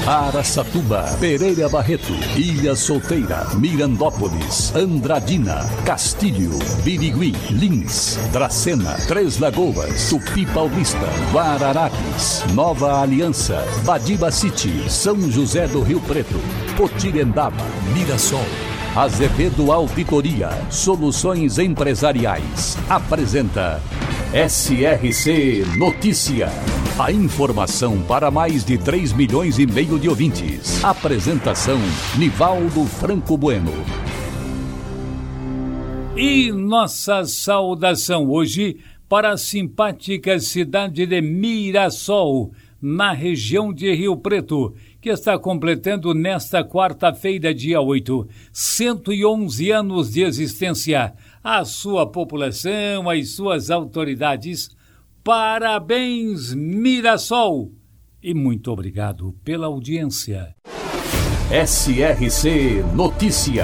Araçatuba, Pereira Barreto, Ilha Solteira, Mirandópolis, Andradina, Castilho, Birigui, Lins, Dracena, Três Lagoas, Tupi Paulista, Guararapes, Nova Aliança, Badiba City, São José do Rio Preto, Potirendaba, Mirassol. Azevedo Auditoria Soluções Empresariais apresenta SRC Notícia. A informação para mais de 3,5 milhões de ouvintes. Apresentação Nivaldo Franco Bueno. E nossa saudação hoje para a simpática cidade de Mirassol, na região de Rio Preto, que está completando nesta quarta-feira, dia 8, 111 anos de existência. A sua população, as suas autoridades, parabéns, Mirassol! E muito obrigado pela audiência. SRC Notícia.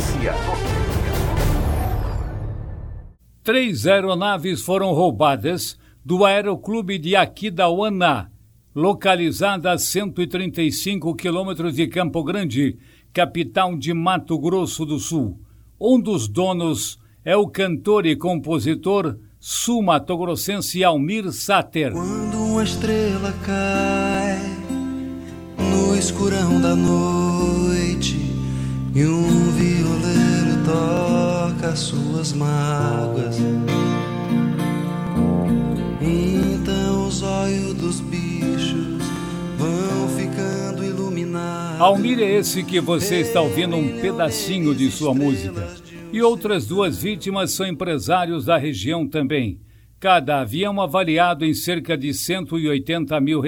3 aeronaves foram roubadas do Aeroclube de Aquidauana, localizada a 135 quilômetros de Campo Grande, capital de Mato Grosso do Sul. Um dos donos é o cantor e compositor sul-matogrossense Almir Sater. Quando uma estrela cai no escurão da noite e um violeiro toca suas mágoas, então os olhos dos bichos vão ficando iluminados. Almir é esse que você está ouvindo um pedacinho de sua música. E outras 2 vítimas são empresários da região também. Cada avião avaliado em cerca de R$180 mil.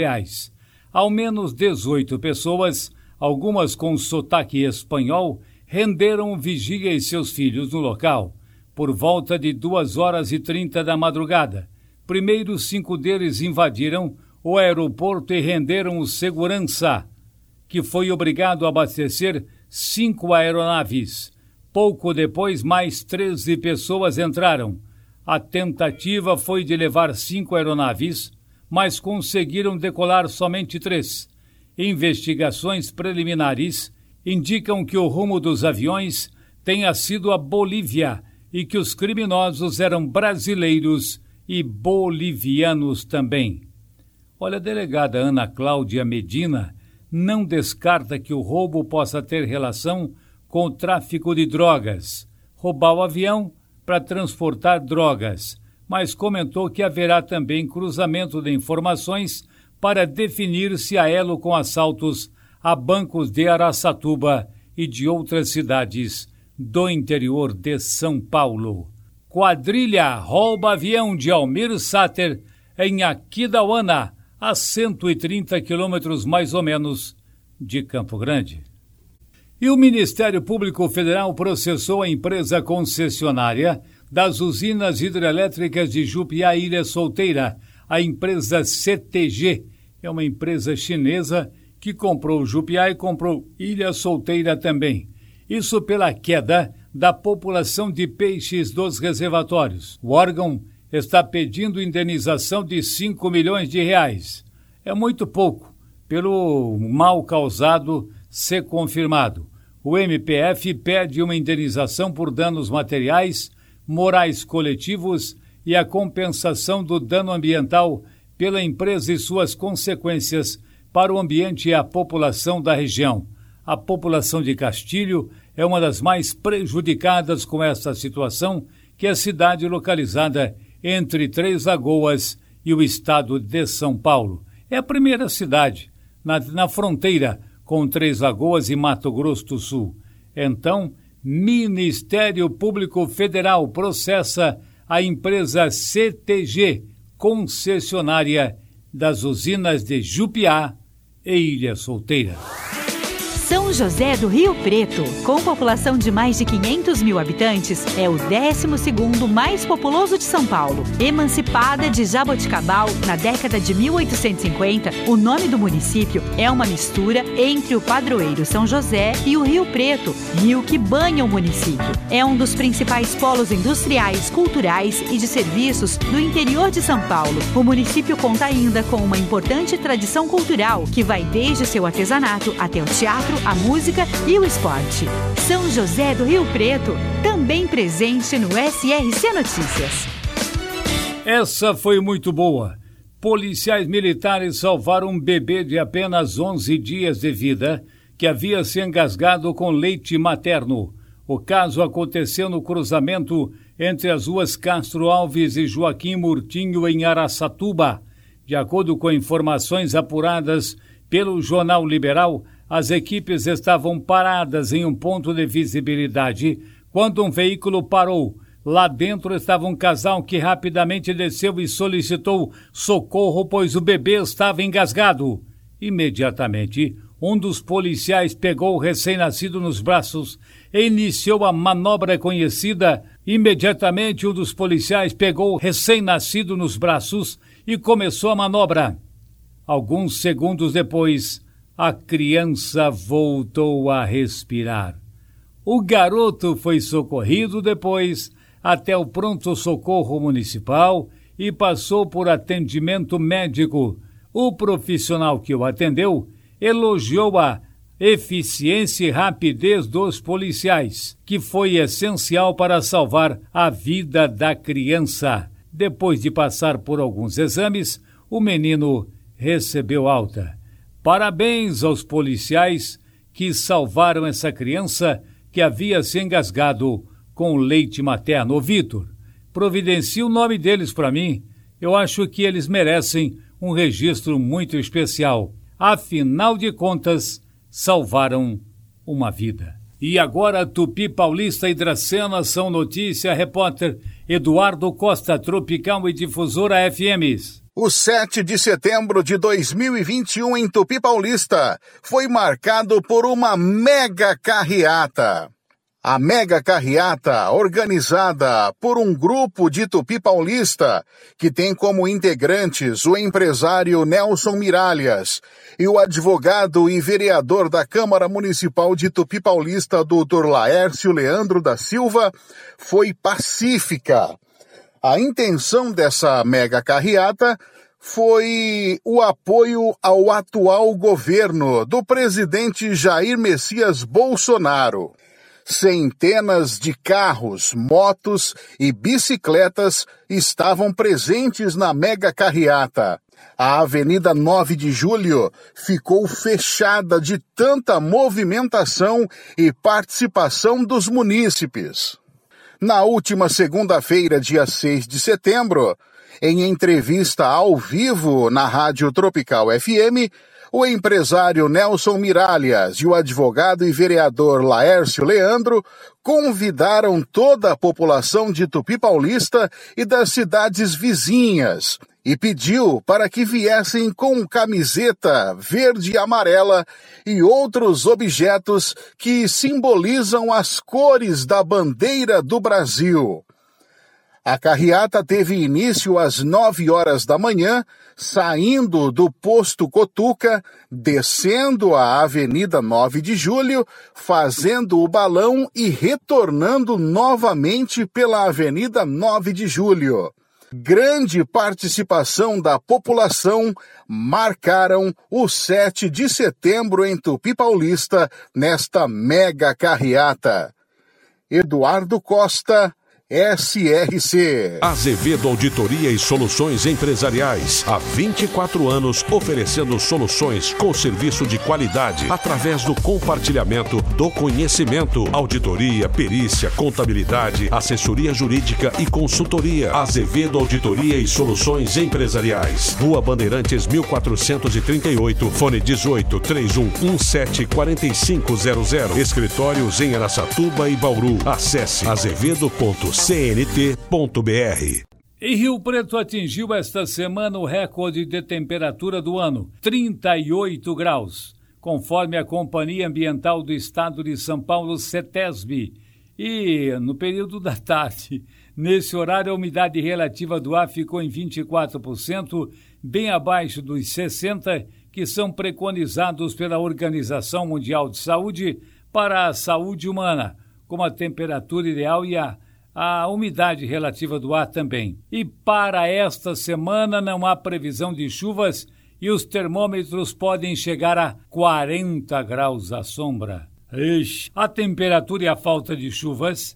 Ao menos 18 pessoas, algumas com sotaque espanhol, renderam vigia e seus filhos no local, por volta de 2h30 da madrugada. Primeiro 5 deles invadiram o aeroporto e renderam o segurança, que foi obrigado a abastecer 5 aeronaves. Pouco depois, mais 13 pessoas entraram. A tentativa foi de levar 5 aeronaves, mas conseguiram decolar somente 3. Investigações preliminares indicam que o rumo dos aviões tenha sido a Bolívia e que os criminosos eram brasileiros e bolivianos também. Olha, a delegada Ana Cláudia Medina não descarta que o roubo possa ter relação com o tráfico de drogas, roubar o avião para transportar drogas, mas comentou que haverá também cruzamento de informações para definir se há elo com assaltos a bancos de Araçatuba e de outras cidades do interior de São Paulo. Quadrilha rouba avião de Almir Sater em Aquidauana, a 130 quilômetros mais ou menos de Campo Grande. E o Ministério Público Federal processou a empresa concessionária das usinas hidrelétricas de Jupiá e Ilha Solteira, a empresa CTG. É uma empresa chinesa que comprou Jupiá e comprou Ilha Solteira também. Isso pela queda da população de peixes dos reservatórios. O órgão está pedindo indenização de R$5 milhões. É muito pouco, pelo mal causado ser confirmado. O MPF pede uma indenização por danos materiais, morais coletivos e a compensação do dano ambiental pela empresa e suas consequências para o ambiente e a população da região. A população de Castilho é uma das mais prejudicadas com essa situação, que é a cidade localizada entre Três Lagoas e o estado de São Paulo. É a primeira cidade na fronteira com Três Lagoas e Mato Grosso do Sul. Então, Ministério Público Federal processa a empresa CTG, concessionária das usinas de Jupiá e Ilha Solteira. São São José do Rio Preto, com população de mais de 500 mil habitantes, é o 12º mais populoso de São Paulo. Emancipada de Jaboticabal na década de 1850, o nome do município é uma mistura entre o padroeiro São José e o Rio Preto, rio que banha o município. É um dos principais polos industriais, culturais e de serviços do interior de São Paulo. O município conta ainda com uma importante tradição cultural que vai desde seu artesanato até o teatro, a música e o esporte. São José do Rio Preto, também presente no SRC Notícias. Essa foi muito boa. Policiais militares salvaram um bebê de apenas 11 dias de vida que havia se engasgado com leite materno. O caso aconteceu no cruzamento entre as ruas Castro Alves e Joaquim Murtinho, em Araçatuba. De acordo com informações apuradas pelo Jornal Liberal, as equipes estavam paradas em um ponto de visibilidade quando um veículo parou. Lá dentro estava um casal que rapidamente desceu e solicitou socorro, pois o bebê estava engasgado. Imediatamente, um dos policiais pegou o recém-nascido nos braços e iniciou a manobra conhecida. Imediatamente, um dos policiais pegou o recém-nascido nos braços e começou a manobra. Alguns segundos depois, a criança voltou a respirar. O garoto foi socorrido depois até o pronto-socorro municipal e passou por atendimento médico. O profissional que o atendeu elogiou a eficiência e rapidez dos policiais, que foi essencial para salvar a vida da criança. Depois de passar por alguns exames, o menino recebeu alta. Parabéns aos policiais que salvaram essa criança que havia se engasgado com leite materno. Ô, Vitor, providencie o nome deles para mim. Eu acho que eles merecem um registro muito especial. Afinal de contas, salvaram uma vida. E agora, Tupi Paulista e Dracena são notícia. Repórter Eduardo Costa, Tropical e Difusora FMs. O 7 de setembro de 2021 em Tupi Paulista foi marcado por uma mega carreata. A mega carreata, organizada por um grupo de Tupi Paulista, que tem como integrantes o empresário Nelson Miralhas e o advogado e vereador da Câmara Municipal de Tupi Paulista, Dr. Laércio Leandro da Silva, foi pacífica. A intenção dessa mega carreata foi o apoio ao atual governo do presidente Jair Messias Bolsonaro. Centenas de carros, motos e bicicletas estavam presentes na mega carreata. A Avenida 9 de Julho ficou fechada de tanta movimentação e participação dos munícipes. Na última segunda-feira, dia 6 de setembro, em entrevista ao vivo na Rádio Tropical FM, o empresário Nelson Miralhas e o advogado e vereador Laércio Leandro convidaram toda a população de Tupi Paulista e das cidades vizinhas e pediu para que viessem com camiseta verde e amarela e outros objetos que simbolizam as cores da bandeira do Brasil. A carreata teve início às 9 horas da manhã, saindo do posto Cotuca, descendo a Avenida 9 de Julho, fazendo o balão e retornando novamente pela Avenida 9 de Julho. Grande participação da população marcaram o 7 de setembro em Tupi Paulista, nesta mega carreata. Eduardo Costa, SRC. Azevedo Auditoria e Soluções Empresariais. Há 24 anos oferecendo soluções com serviço de qualidade através do compartilhamento do conhecimento. Auditoria, perícia, contabilidade, assessoria jurídica e consultoria. Azevedo Auditoria e Soluções Empresariais. Rua Bandeirantes 1438, fone 18 3117 4500. Escritórios em Araçatuba e Bauru. Acesse azevedo.cnt.br. Em Rio Preto atingiu esta semana o recorde de temperatura do ano, 38 graus. conforme a Companhia Ambiental do Estado de São Paulo, CETESB. E no período da tarde, nesse horário, a umidade relativa do ar ficou em 24%, bem abaixo dos 60% que são preconizados pela Organização Mundial de Saúde para a saúde humana, como a temperatura ideal e a umidade relativa do ar também. E para esta semana não há previsão de chuvas e os termômetros podem chegar a 40 graus à sombra. A temperatura e a falta de chuvas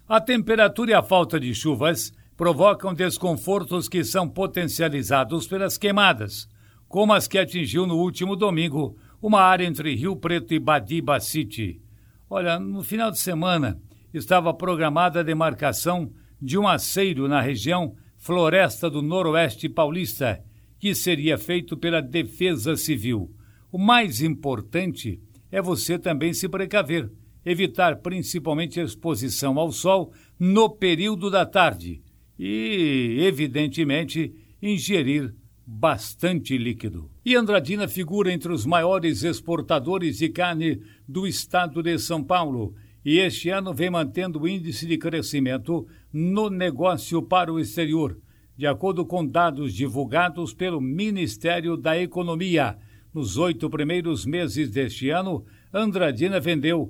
provocam desconfortos que são potencializados pelas queimadas, como as que atingiu no último domingo uma área entre Rio Preto e Badiba City. Olha, no final de semana estava programada a demarcação de um aceiro na região Floresta do Noroeste Paulista, que seria feito pela Defesa Civil. O mais importante é você também se precaver, evitar principalmente a exposição ao sol no período da tarde e, evidentemente, ingerir bastante líquido. E Andradina figura entre os maiores exportadores de carne do estado de São Paulo e este ano vem mantendo o índice de crescimento no negócio para o exterior, de acordo com dados divulgados pelo Ministério da Economia. Nos 8 primeiros meses deste ano, Andradina vendeu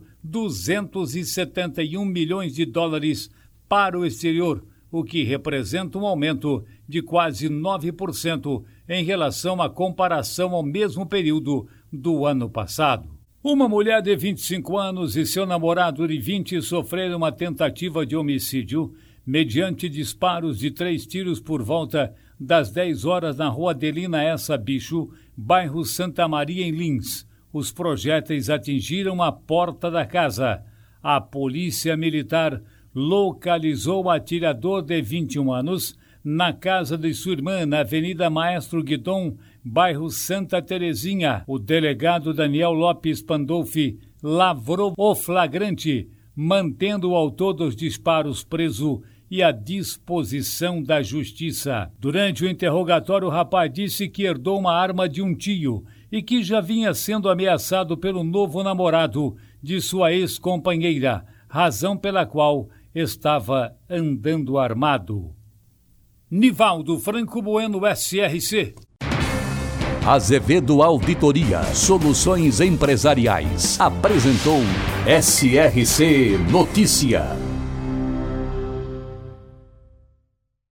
271 milhões de dólares para o exterior, o que representa um aumento de quase 9% em relação à comparação ao mesmo período do ano passado. Uma mulher de 25 anos e seu namorado de 20 sofreram uma tentativa de homicídio mediante disparos de 3 tiros por volta das 10 horas na rua Adelina Essa Bicho, bairro Santa Maria, em Lins. Os projéteis atingiram a porta da casa. A polícia militar localizou o atirador de 21 anos na casa de sua irmã, na Avenida Maestro Guidon, bairro Santa Terezinha. O delegado Daniel Lopes Pandolfi lavrou o flagrante, mantendo o autor dos disparos preso e à disposição da justiça. Durante o interrogatório, o rapaz disse que herdou uma arma de um tio e que já vinha sendo ameaçado pelo novo namorado de sua ex-companheira, razão pela qual estava andando armado. Nivaldo Franco Bueno, SRC. Azevedo Auditoria Soluções Empresariais apresentou SRC Notícia.